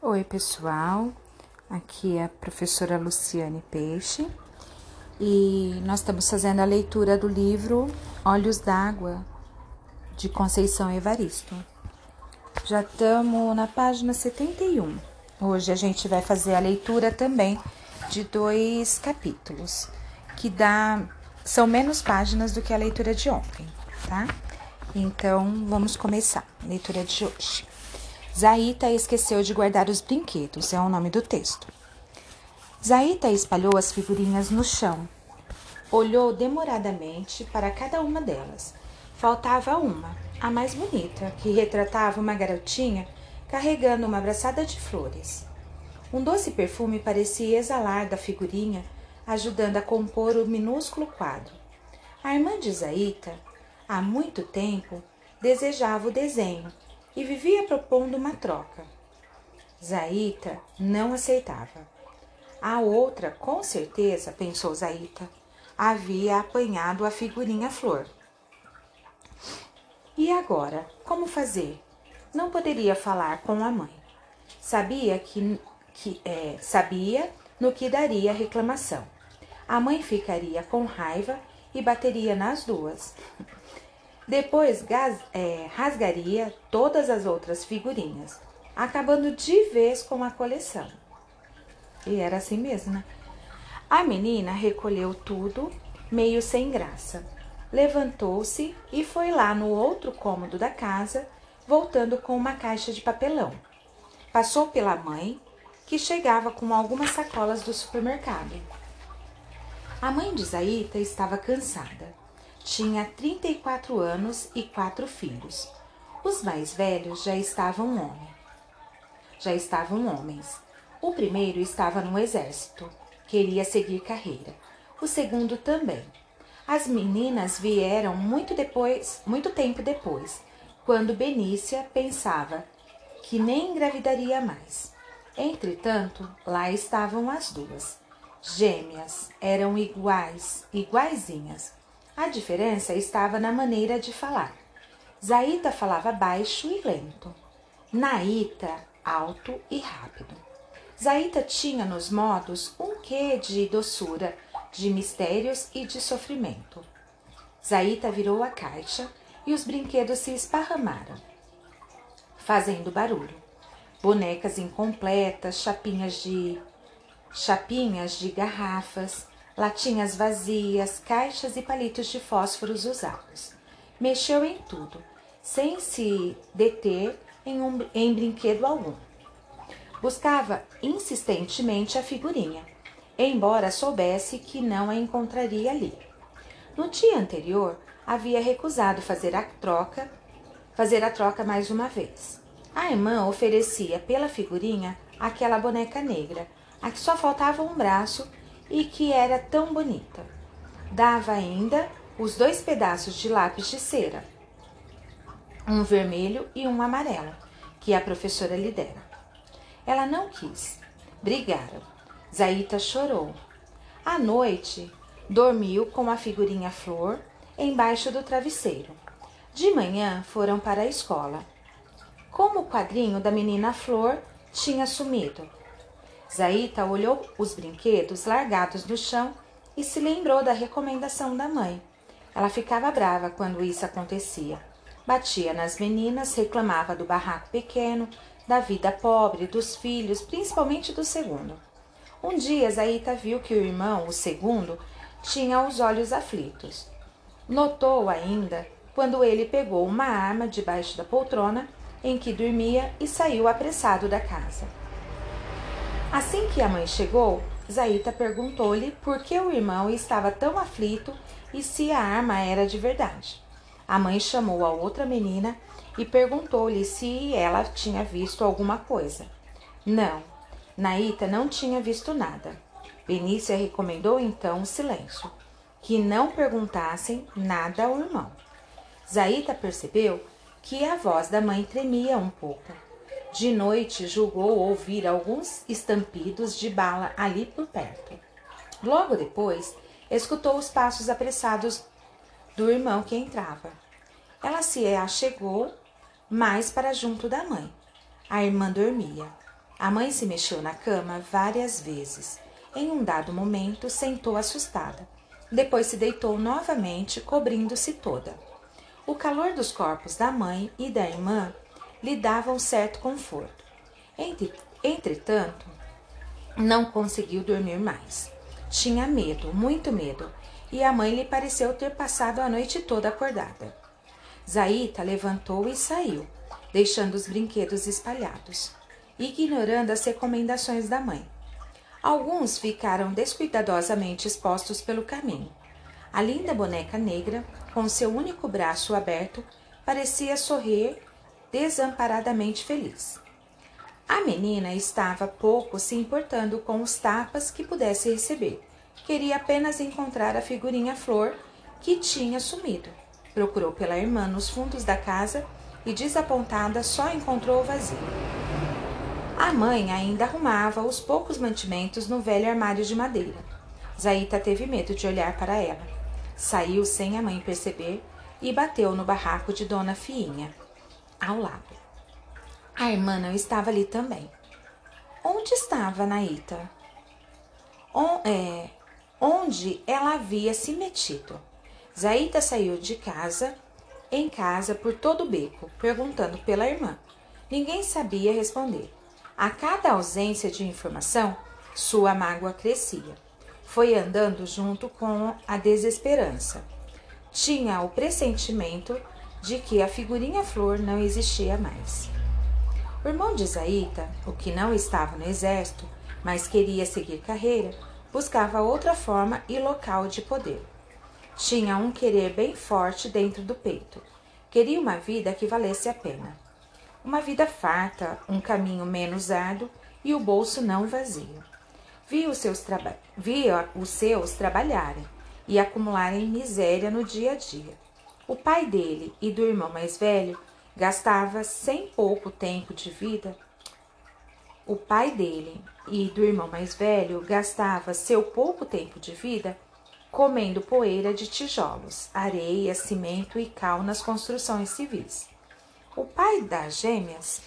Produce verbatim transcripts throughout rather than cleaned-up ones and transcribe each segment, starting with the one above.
Oi, pessoal, aqui é a professora Luciane Peixe e nós estamos fazendo a leitura do livro Olhos d'Água, de Conceição Evaristo. Já estamos na página setenta e um. Hoje a gente vai fazer a leitura também de dois capítulos, que dá, são menos páginas do que a leitura de ontem, tá? Então, vamos começar a leitura de hoje. Zaita esqueceu de guardar os brinquedos, é o nome do texto. Zaita espalhou as figurinhas no chão. Olhou demoradamente para cada uma delas. Faltava uma, a mais bonita, que retratava uma garotinha carregando uma braçada de flores. Um doce perfume parecia exalar da figurinha, ajudando a compor o minúsculo quadro. A irmã de Zaita, há muito tempo, desejava o desenho e vivia propondo uma troca. Zaita não aceitava. A outra, com certeza, pensou Zaita, havia apanhado a figurinha flor. E agora, como fazer? Não poderia falar com a mãe. Sabia que, que é, sabia no que daria a reclamação. A mãe ficaria com raiva e bateria nas duas. Depois gas, é, rasgaria todas as outras figurinhas, acabando de vez com a coleção. E era assim mesmo, né? A menina recolheu tudo, meio sem graça. Levantou-se e foi lá no outro cômodo da casa, voltando com uma caixa de papelão. Passou pela mãe, que chegava com algumas sacolas do supermercado. A mãe de Zaita estava cansada. Tinha trinta e quatro anos e quatro filhos. Os mais velhos já estavam homens. Já estavam homens. O primeiro estava no exército. Queria seguir carreira. O segundo também. As meninas vieram muito depois, muito tempo depois, quando Benícia pensava que nem engravidaria mais. Entretanto, lá estavam as duas. Gêmeas, eram iguais, iguaizinhas. A diferença estava na maneira de falar. Zaita falava baixo e lento. Naíta, alto e rápido. Zaita tinha nos modos um quê de doçura, de mistérios e de sofrimento. Zaita virou a caixa e os brinquedos se esparramaram, fazendo barulho. Bonecas incompletas, chapinhas de, chapinhas de garrafas, latinhas vazias, caixas e palitos de fósforos usados. Mexeu em tudo, sem se deter em, um, em brinquedo algum. Buscava insistentemente a figurinha, embora soubesse que não a encontraria ali. No dia anterior, havia recusado fazer a troca, fazer a troca mais uma vez. A irmã oferecia pela figurinha aquela boneca negra, a que só faltava um braço e que era tão bonita. Dava ainda os dois pedaços de lápis de cera, um vermelho e um amarelo, que a professora lhe dera. Ela não quis. Brigaram. Zaita chorou. À noite, dormiu com a figurinha flor embaixo do travesseiro. De manhã, foram para a escola. Como o quadrinho da menina flor tinha sumido, Zaita olhou os brinquedos largados no chão e se lembrou da recomendação da mãe. Ela ficava brava quando isso acontecia. Batia nas meninas, reclamava do barraco pequeno, da vida pobre, dos filhos, principalmente do segundo. Um dia, Zaita viu que o irmão, o segundo, tinha os olhos aflitos. Notou ainda quando ele pegou uma arma debaixo da poltrona em que dormia e saiu apressado da casa. Assim que a mãe chegou, Zaita perguntou-lhe por que o irmão estava tão aflito e se a arma era de verdade. A mãe chamou a outra menina e perguntou-lhe se ela tinha visto alguma coisa. Não, Naíta não tinha visto nada. Benícia recomendou então o silêncio, que não perguntassem nada ao irmão. Zaita percebeu que a voz da mãe tremia um pouco. De noite, julgou ouvir alguns estampidos de bala ali por perto. Logo depois, escutou os passos apressados do irmão que entrava. Ela se achegou mais para junto da mãe. A irmã dormia. A mãe se mexeu na cama várias vezes. Em um dado momento, sentou assustada. Depois se deitou novamente, cobrindo-se toda. O calor dos corpos da mãe e da irmã lhe dava um certo conforto. Entretanto, não conseguiu dormir mais. Tinha medo, muito medo, e a mãe lhe pareceu ter passado a noite toda acordada. Zaita levantou e saiu, deixando os brinquedos espalhados, ignorando as recomendações da mãe. Alguns ficaram descuidadosamente expostos pelo caminho. A linda boneca negra, com seu único braço aberto, parecia sorrir desamparadamente feliz. A menina estava pouco se importando com os tapas que pudesse receber. Queria apenas encontrar a figurinha Flor, que tinha sumido. Procurou pela irmã nos fundos da casa e, desapontada, só encontrou o vazio. A mãe ainda arrumava os poucos mantimentos no velho armário de madeira. Zaita teve medo de olhar para ela. Saiu sem a mãe perceber e bateu no barraco de Dona Fiinha, ao lado. A irmã não estava ali também. Onde estava Naíta? On, é, onde ela havia se metido? Zaita saiu de casa, em casa, por todo o beco, perguntando pela irmã. Ninguém sabia responder. A cada ausência de informação, sua mágoa crescia. Foi andando junto com a desesperança. Tinha o pressentimento de que a figurinha Flor não existia mais. O irmão de Zaita, o que não estava no exército, mas queria seguir carreira, buscava outra forma e local de poder. Tinha um querer bem forte dentro do peito. Queria uma vida que valesse a pena. Uma vida farta, um caminho menos árduo e o bolso não vazio. Via os seus, traba- Via os seus trabalharem e acumularem miséria no dia a dia. O pai dele e do irmão mais velho gastava sem pouco tempo de vida. O pai dele e do irmão mais velho gastava seu pouco tempo de vida comendo poeira de tijolos, areia, cimento e cal nas construções civis. O pai das gêmeas,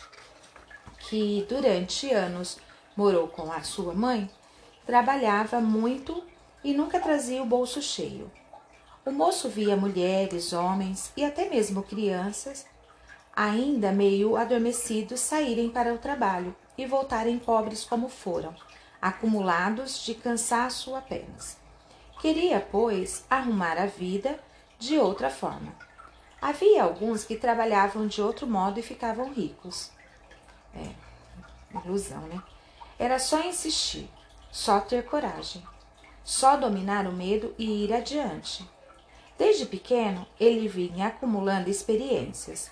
que durante anos morou com a sua mãe, trabalhava muito e nunca trazia o bolso cheio. O moço via mulheres, homens e até mesmo crianças, ainda meio adormecidos, saírem para o trabalho e voltarem pobres como foram, acumulados de cansaço apenas. Queria, pois, arrumar a vida de outra forma. Havia alguns que trabalhavam de outro modo e ficavam ricos. É, ilusão, né? Era só insistir, só ter coragem, só dominar o medo e ir adiante. Desde pequeno, ele vinha acumulando experiências.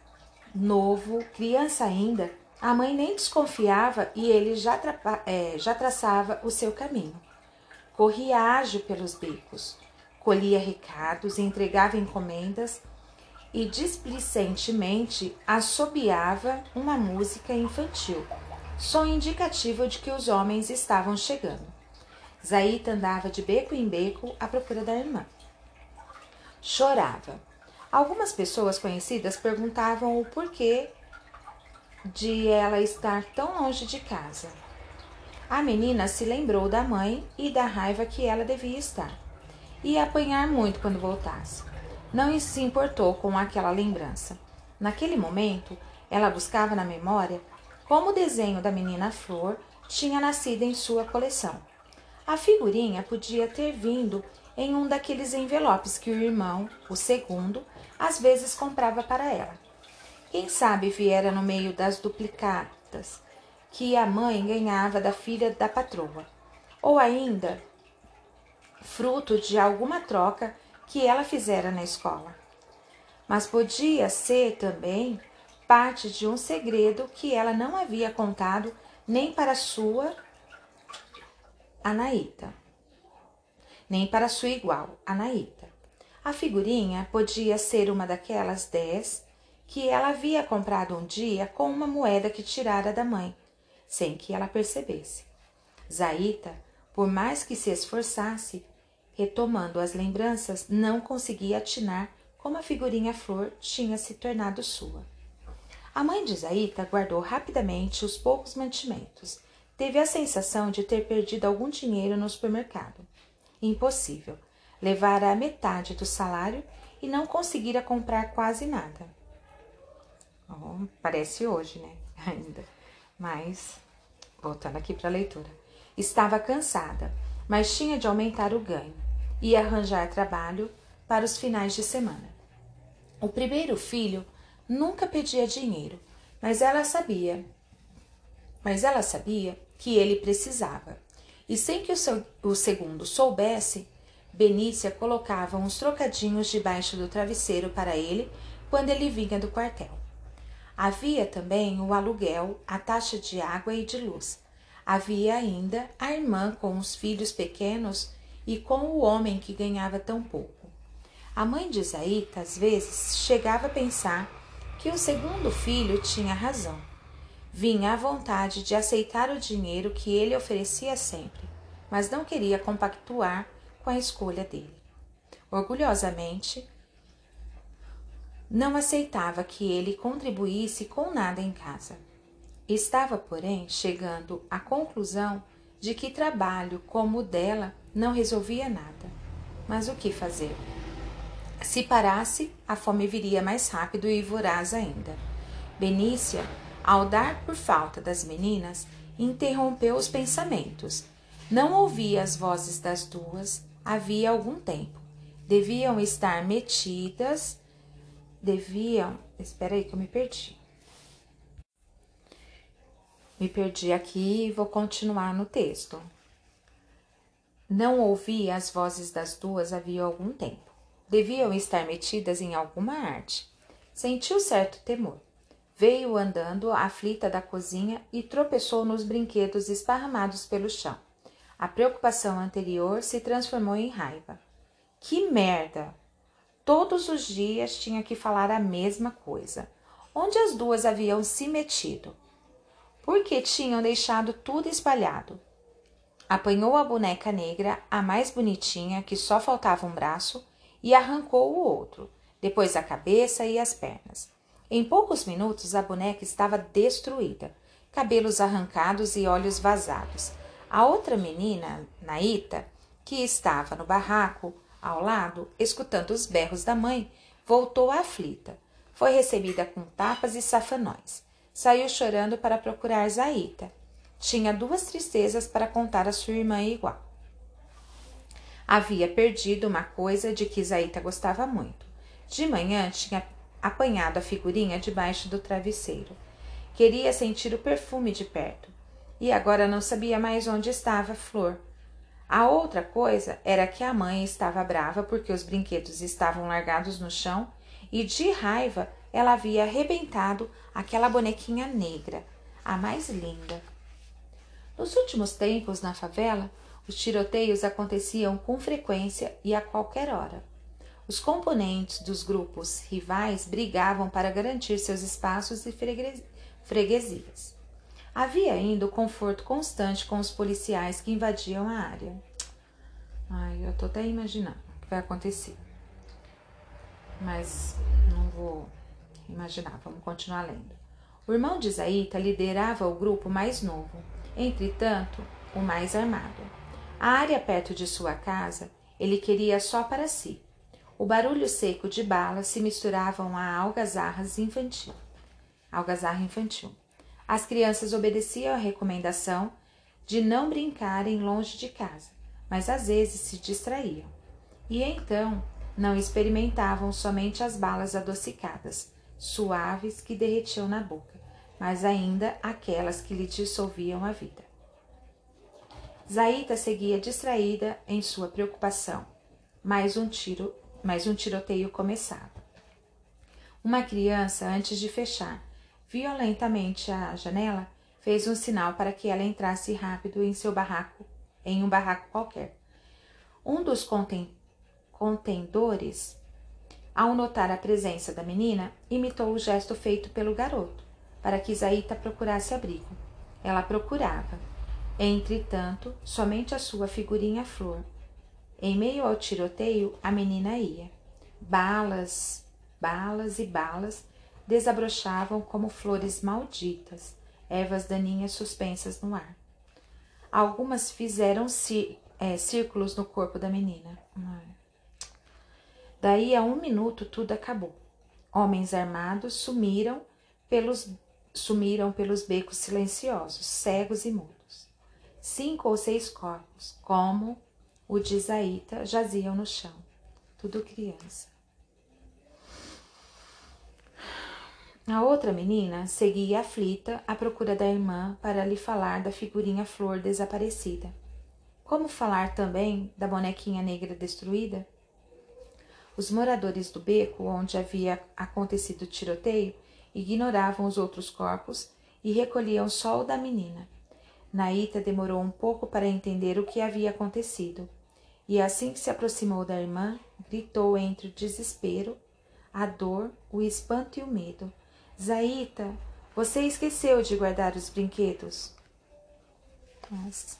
Novo, criança ainda, a mãe nem desconfiava e ele já, tra- é, já traçava o seu caminho. Corria ágil pelos becos, colhia recados, entregava encomendas e displicentemente assobiava uma música infantil, som indicativo de que os homens estavam chegando. Zaita andava de beco em beco à procura da irmã. Chorava. Algumas pessoas conhecidas perguntavam o porquê de ela estar tão longe de casa. A menina se lembrou da mãe e da raiva que ela devia estar. Ia apanhar muito quando voltasse. Não se importou com aquela lembrança. Naquele momento, ela buscava na memória como o desenho da menina Flor tinha nascido em sua coleção. A figurinha podia ter vindo em um daqueles envelopes que o irmão, o segundo, às vezes comprava para ela. Quem sabe viera no meio das duplicatas que a mãe ganhava da filha da patroa, ou ainda fruto de alguma troca que ela fizera na escola. Mas podia ser também parte de um segredo que ela não havia contado nem para sua Anaíta, nem para sua igual, Anaíta. A figurinha podia ser uma daquelas dez que ela havia comprado um dia com uma moeda que tirara da mãe, sem que ela percebesse. Zaita, por mais que se esforçasse, retomando as lembranças, não conseguia atinar como a figurinha Flor tinha se tornado sua. A mãe de Zaita guardou rapidamente os poucos mantimentos. Teve a sensação de ter perdido algum dinheiro no supermercado. Impossível. Levara a metade do salário e não conseguira comprar quase nada. Oh, parece hoje, né? Ainda. Mas, voltando aqui para a leitura. Estava cansada, mas tinha de aumentar o ganho e arranjar trabalho para os finais de semana. O primeiro filho nunca pedia dinheiro, mas ela sabia, mas ela sabia que ele precisava. E sem que o, seu, o segundo soubesse, Benícia colocava uns trocadinhos debaixo do travesseiro para ele quando ele vinha do quartel. Havia também o aluguel, a taxa de água e de luz. Havia ainda a irmã com os filhos pequenos e com o homem que ganhava tão pouco. A mãe de Zaita, às vezes, chegava a pensar que o segundo filho tinha razão. Vinha à vontade de aceitar o dinheiro que ele oferecia sempre, mas não queria compactuar com a escolha dele. Orgulhosamente, não aceitava que ele contribuísse com nada em casa. Estava, porém, chegando à conclusão de que trabalho como o dela não resolvia nada. Mas o que fazer? Se parasse, a fome viria mais rápido e voraz ainda. Benícia, ao dar por falta das meninas, interrompeu os pensamentos. Não ouvia as vozes das duas havia algum tempo. Deviam estar metidas, deviam... Espera aí que eu me perdi. Me perdi aqui e vou continuar no texto. Não ouvia as vozes das duas havia algum tempo. Deviam estar metidas em alguma arte. Sentiu certo temor. Veio andando aflita da cozinha e tropeçou nos brinquedos esparramados pelo chão. A preocupação anterior se transformou em raiva. Que merda! Todos os dias tinha que falar a mesma coisa. Onde as duas haviam se metido? Por que tinham deixado tudo espalhado? Apanhou a boneca negra, a mais bonitinha, que só faltava um braço, e arrancou o outro, depois a cabeça e as pernas. Em poucos minutos a boneca estava destruída, cabelos arrancados e olhos vazados. A outra menina, Naíta, que estava no barraco ao lado, escutando os berros da mãe, voltou aflita. Foi recebida com tapas e safanões. Saiu chorando para procurar Zaita. Tinha duas tristezas para contar à sua irmã igual. Havia perdido uma coisa de que Zaita gostava muito. De manhã tinha apanhado a figurinha debaixo do travesseiro. Queria sentir o perfume de perto. E agora não sabia mais onde estava a flor. A outra coisa era que a mãe estava brava porque os brinquedos estavam largados no chão e, de raiva, ela havia arrebentado aquela bonequinha negra, a mais linda. Nos últimos tempos, na favela, os tiroteios aconteciam com frequência e a qualquer hora. Os componentes dos grupos rivais brigavam para garantir seus espaços e freguesias. Havia ainda o confronto constante com os policiais que invadiam a área. Ai, eu tô até imaginando o que vai acontecer. Mas não vou imaginar, vamos continuar lendo. O irmão de Zaita liderava o grupo mais novo, entretanto, o mais armado. A área perto de sua casa ele queria só para si. O barulho seco de balas se misturavam a algazarras infantil. Algazarra infantil. As crianças obedeciam à recomendação de não brincarem longe de casa, mas às vezes se distraíam. E então não experimentavam somente as balas adocicadas, suaves que derretiam na boca, mas ainda aquelas que lhe dissolviam a vida. Zaita seguia distraída em sua preocupação. Mais um tiro, mais um tiroteio começava. Uma criança, antes de fechar violentamente a janela, fez um sinal para que ela entrasse rápido em seu barraco, em um barraco qualquer. Um dos conten- contendores, ao notar a presença da menina, imitou o gesto feito pelo garoto, para que Zaita procurasse abrigo. Ela procurava. Entretanto, somente a sua figurinha flor. Em meio ao tiroteio, a menina ia. Balas, balas e balas desabrochavam como flores malditas, ervas daninhas suspensas no ar. Algumas fizeram é, círculos no corpo da menina. Daí a um minuto tudo acabou. Homens armados sumiram pelos, sumiram pelos becos silenciosos, cegos e mudos. Cinco ou seis corpos, como o de Zaita, jaziam no chão. Tudo criança. A outra menina seguia aflita à procura da irmã para lhe falar da figurinha Flor desaparecida. Como falar também da bonequinha negra destruída? Os moradores do beco, onde havia acontecido o tiroteio, ignoravam os outros corpos e recolhiam só o da menina. Naíta demorou um pouco para entender o que havia acontecido, e assim que se aproximou da irmã, gritou entre o desespero, a dor, o espanto e o medo. Zaita, você esqueceu de guardar os brinquedos. Nossa.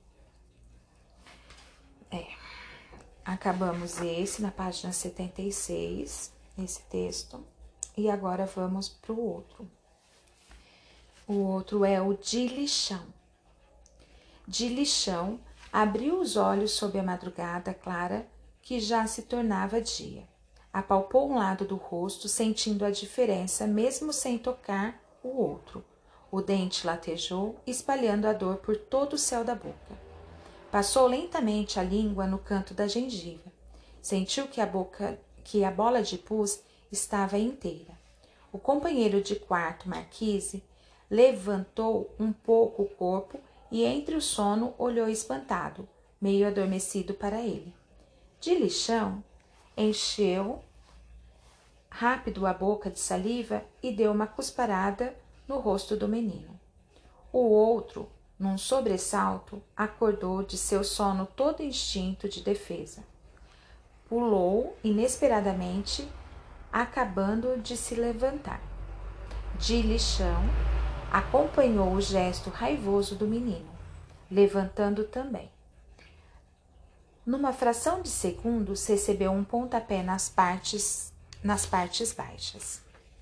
É. Acabamos esse na página setenta e seis, esse texto. E agora vamos para o outro. O outro é o de lixão. De lixão abriu os olhos sob a madrugada clara que já se tornava dia. Apalpou um lado do rosto, sentindo a diferença, mesmo sem tocar o outro. O dente latejou, espalhando a dor por todo o céu da boca. Passou lentamente a língua no canto da gengiva. Sentiu que a boca, que a bola de pus estava inteira. O companheiro de quarto, Marquise, levantou um pouco o corpo e, entre o sono, olhou espantado, meio adormecido para ele. De lixão, encheu rápido a boca de saliva e deu uma cusparada no rosto do menino. O outro, num sobressalto, acordou de seu sono todo instinto de defesa. Pulou inesperadamente, acabando de se levantar. De lixão, acompanhou o gesto raivoso do menino, levantando também. Numa fração de segundos, recebeu um pontapé nas partes, nas partes baixas.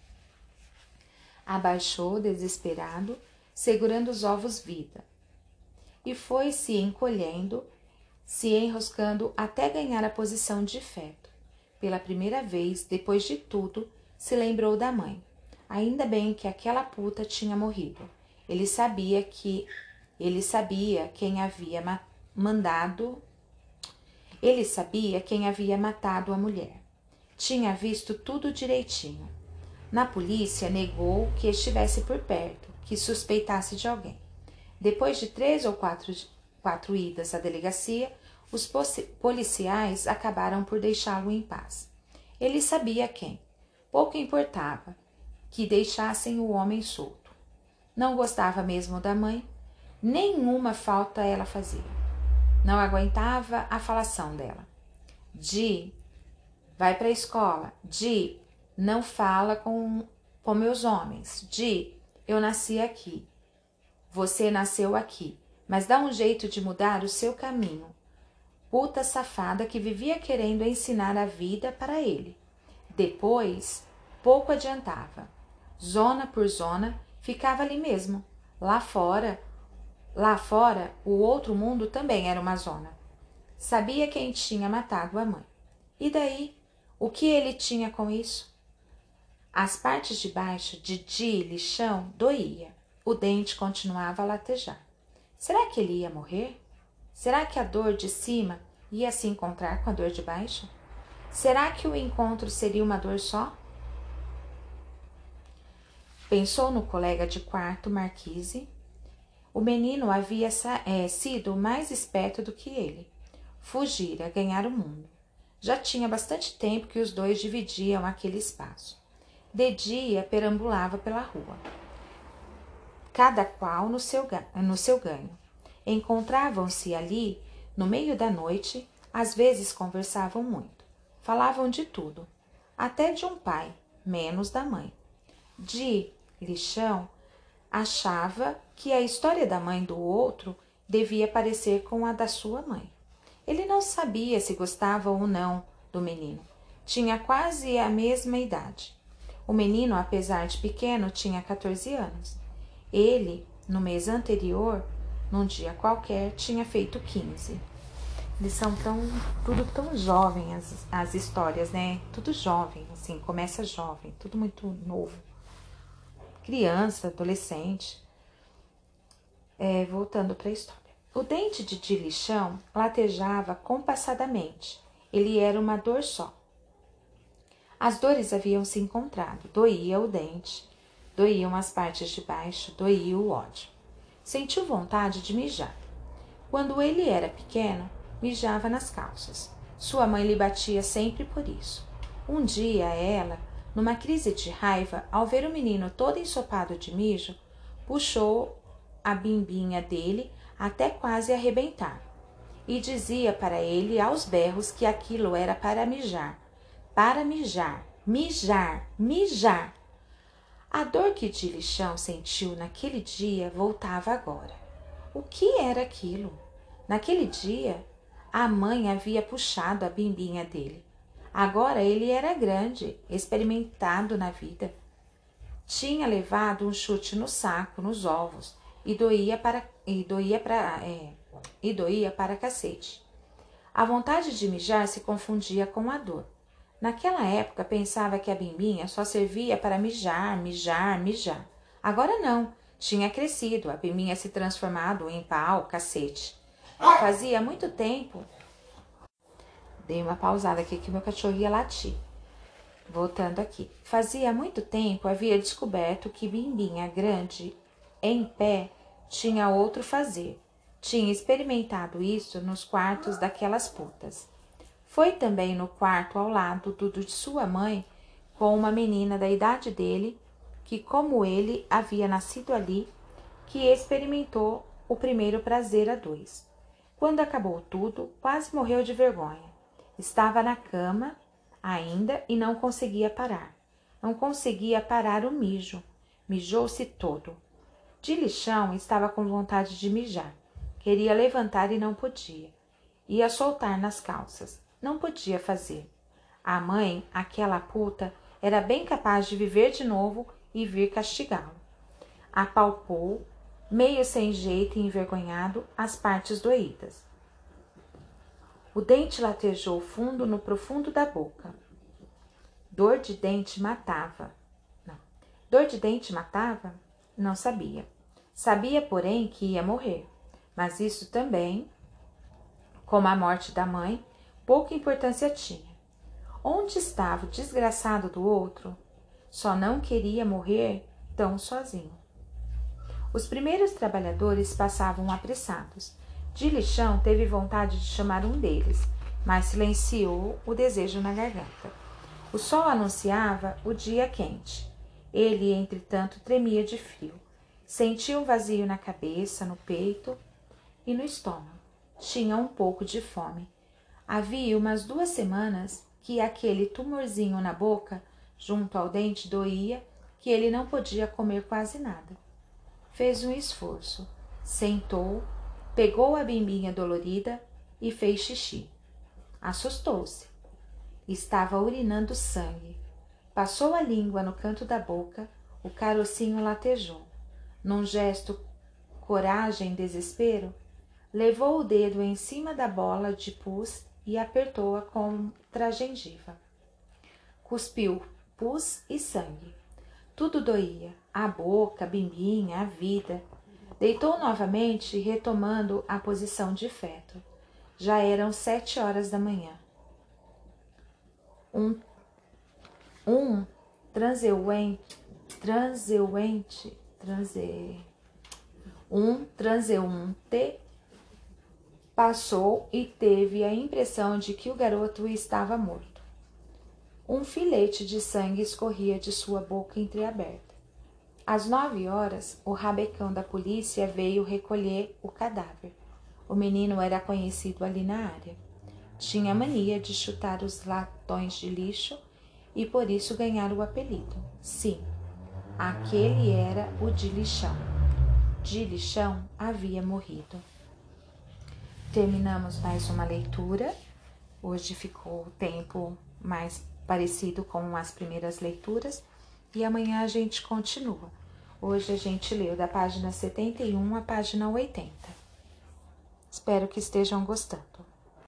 Abaixou, desesperado, segurando os ovos vida, e foi se encolhendo, se enroscando até ganhar a posição de feto. Pela primeira vez, depois de tudo, se lembrou da mãe. Ainda bem que aquela puta tinha morrido. Ele sabia que ele sabia quem havia ma- mandado Ele sabia quem havia matado a mulher. Tinha visto tudo direitinho. Na polícia, negou que estivesse por perto, que suspeitasse de alguém. Depois de três ou quatro, quatro idas à delegacia, os policiais acabaram por deixá-lo em paz. Ele sabia quem. Pouco importava que deixassem o homem solto. Não gostava mesmo da mãe. Nenhuma falta ela fazia. Não aguentava a falação dela. Di, vai para a escola. Di, não fala com, com meus homens. Di, eu nasci aqui. Você nasceu aqui, mas dá um jeito de mudar o seu caminho. Puta safada que vivia querendo ensinar a vida para ele. Depois, pouco adiantava. Zona por zona, ficava ali mesmo. Lá fora, lá fora, o outro mundo também era uma zona. Sabia quem tinha matado a mãe. E daí? O que ele tinha com isso? As partes de baixo de Di lixão doía. O dente continuava a latejar. Será que ele ia morrer? Será que a dor de cima ia se encontrar com a dor de baixo? Será que o encontro seria uma dor só? Pensou no colega de quarto, Marquise. O menino havia é, sido mais esperto do que ele. Fugira, ganhar o mundo. Já tinha bastante tempo que os dois dividiam aquele espaço. De dia, perambulava pela rua, cada qual no seu, no seu ganho. Encontravam-se ali, no meio da noite, às vezes conversavam muito. Falavam de tudo, até de um pai, menos da mãe. De lixão, achava que a história da mãe do outro devia parecer com a da sua mãe. Ele não sabia se gostava ou não do menino. Tinha quase a mesma idade. O menino, apesar de pequeno, tinha quatorze anos. Ele, no mês anterior, num dia qualquer, tinha feito quinze. Eles são tão, tudo tão jovem, as, as histórias, né? Tudo jovem, assim, começa jovem, tudo muito novo. Criança, adolescente. É, voltando para a história. O dente de Dilichão latejava compassadamente. Ele era uma dor só. As dores haviam se encontrado. Doía o dente, doíam as partes de baixo, doía o ódio. Sentiu vontade de mijar. Quando ele era pequeno, mijava nas calças. Sua mãe lhe batia sempre por isso. Um dia ela, numa crise de raiva, ao ver o menino todo ensopado de mijo, puxou a bimbinha dele até quase arrebentar, e dizia para ele aos berros que aquilo era para mijar, para mijar, mijar, mijar. A dor que Dilichão sentiu naquele dia voltava agora. O que era aquilo? Naquele dia, a mãe havia puxado a bimbinha dele. Agora ele era grande, experimentado na vida. Tinha levado um chute no saco, nos ovos, e doía para e doía para é, e doía para cacete. A vontade de mijar se confundia com a dor. Naquela época pensava que a bimbinha só servia para mijar, mijar, mijar. Agora não, tinha crescido, a bimbinha se transformado em pau, cacete. Fazia muito tempo. Dei uma pausada aqui que meu cachorro ia latir. Voltando aqui. Fazia muito tempo havia descoberto que bimbinha grande em pé tinha outro fazer. Tinha experimentado isso nos quartos daquelas putas. Foi também no quarto ao lado do de sua mãe com uma menina da idade dele, que como ele havia nascido ali, que experimentou o primeiro prazer a dois. Quando acabou tudo, quase morreu de vergonha. Estava na cama ainda e não conseguia parar. Não conseguia parar o mijo. Mijou-se todo. Dilichão estava com vontade de mijar. Queria levantar e não podia. Ia soltar nas calças. Não podia fazer. A mãe, aquela puta, era bem capaz de viver de novo e vir castigá-lo. Apalpou, meio sem jeito e envergonhado, as partes doídas. O dente latejou fundo no profundo da boca. Dor de dente matava. Não. Dor de dente matava? Não sabia. Sabia, porém, que ia morrer. Mas isso também, como a morte da mãe, pouca importância tinha. Onde estava o desgraçado do outro? Só não queria morrer tão sozinho. Os primeiros trabalhadores passavam apressados. Dilichão teve vontade de chamar um deles, mas silenciou o desejo na garganta. O sol anunciava o dia quente. Ele, entretanto, tremia de frio. Sentia um vazio na cabeça, no peito e no estômago. Tinha um pouco de fome. Havia umas duas semanas que aquele tumorzinho na boca, junto ao dente, doía, que ele não podia comer quase nada. Fez um esforço, sentou, pegou a bimbinha dolorida e fez xixi. Assustou-se. Estava urinando sangue. Passou a língua no canto da boca, o carocinho latejou. Num gesto, coragem, desespero, levou o dedo em cima da bola de pus e apertou-a contra a gengiva. Cuspiu pus e sangue. Tudo doía, a boca, a bimbinha, a vida. Deitou novamente, retomando a posição de feto. Já eram sete horas da manhã. Um, um transeunte, transeunte, transe, um transeunte passou e teve a impressão de que o garoto estava morto. Um filete de sangue escorria de sua boca entreaberta. Às nove horas, o rabecão da polícia veio recolher o cadáver. O menino era conhecido ali na área. Tinha mania de chutar os latões de lixo e por isso ganhar o apelido. Sim, aquele era o Dilichão. Dilichão havia morrido. Terminamos mais uma leitura. Hoje ficou o tempo mais parecido com as primeiras leituras. e amanhã a gente continua. Hoje a gente leu da página setenta e um à página oitenta. Espero que estejam gostando.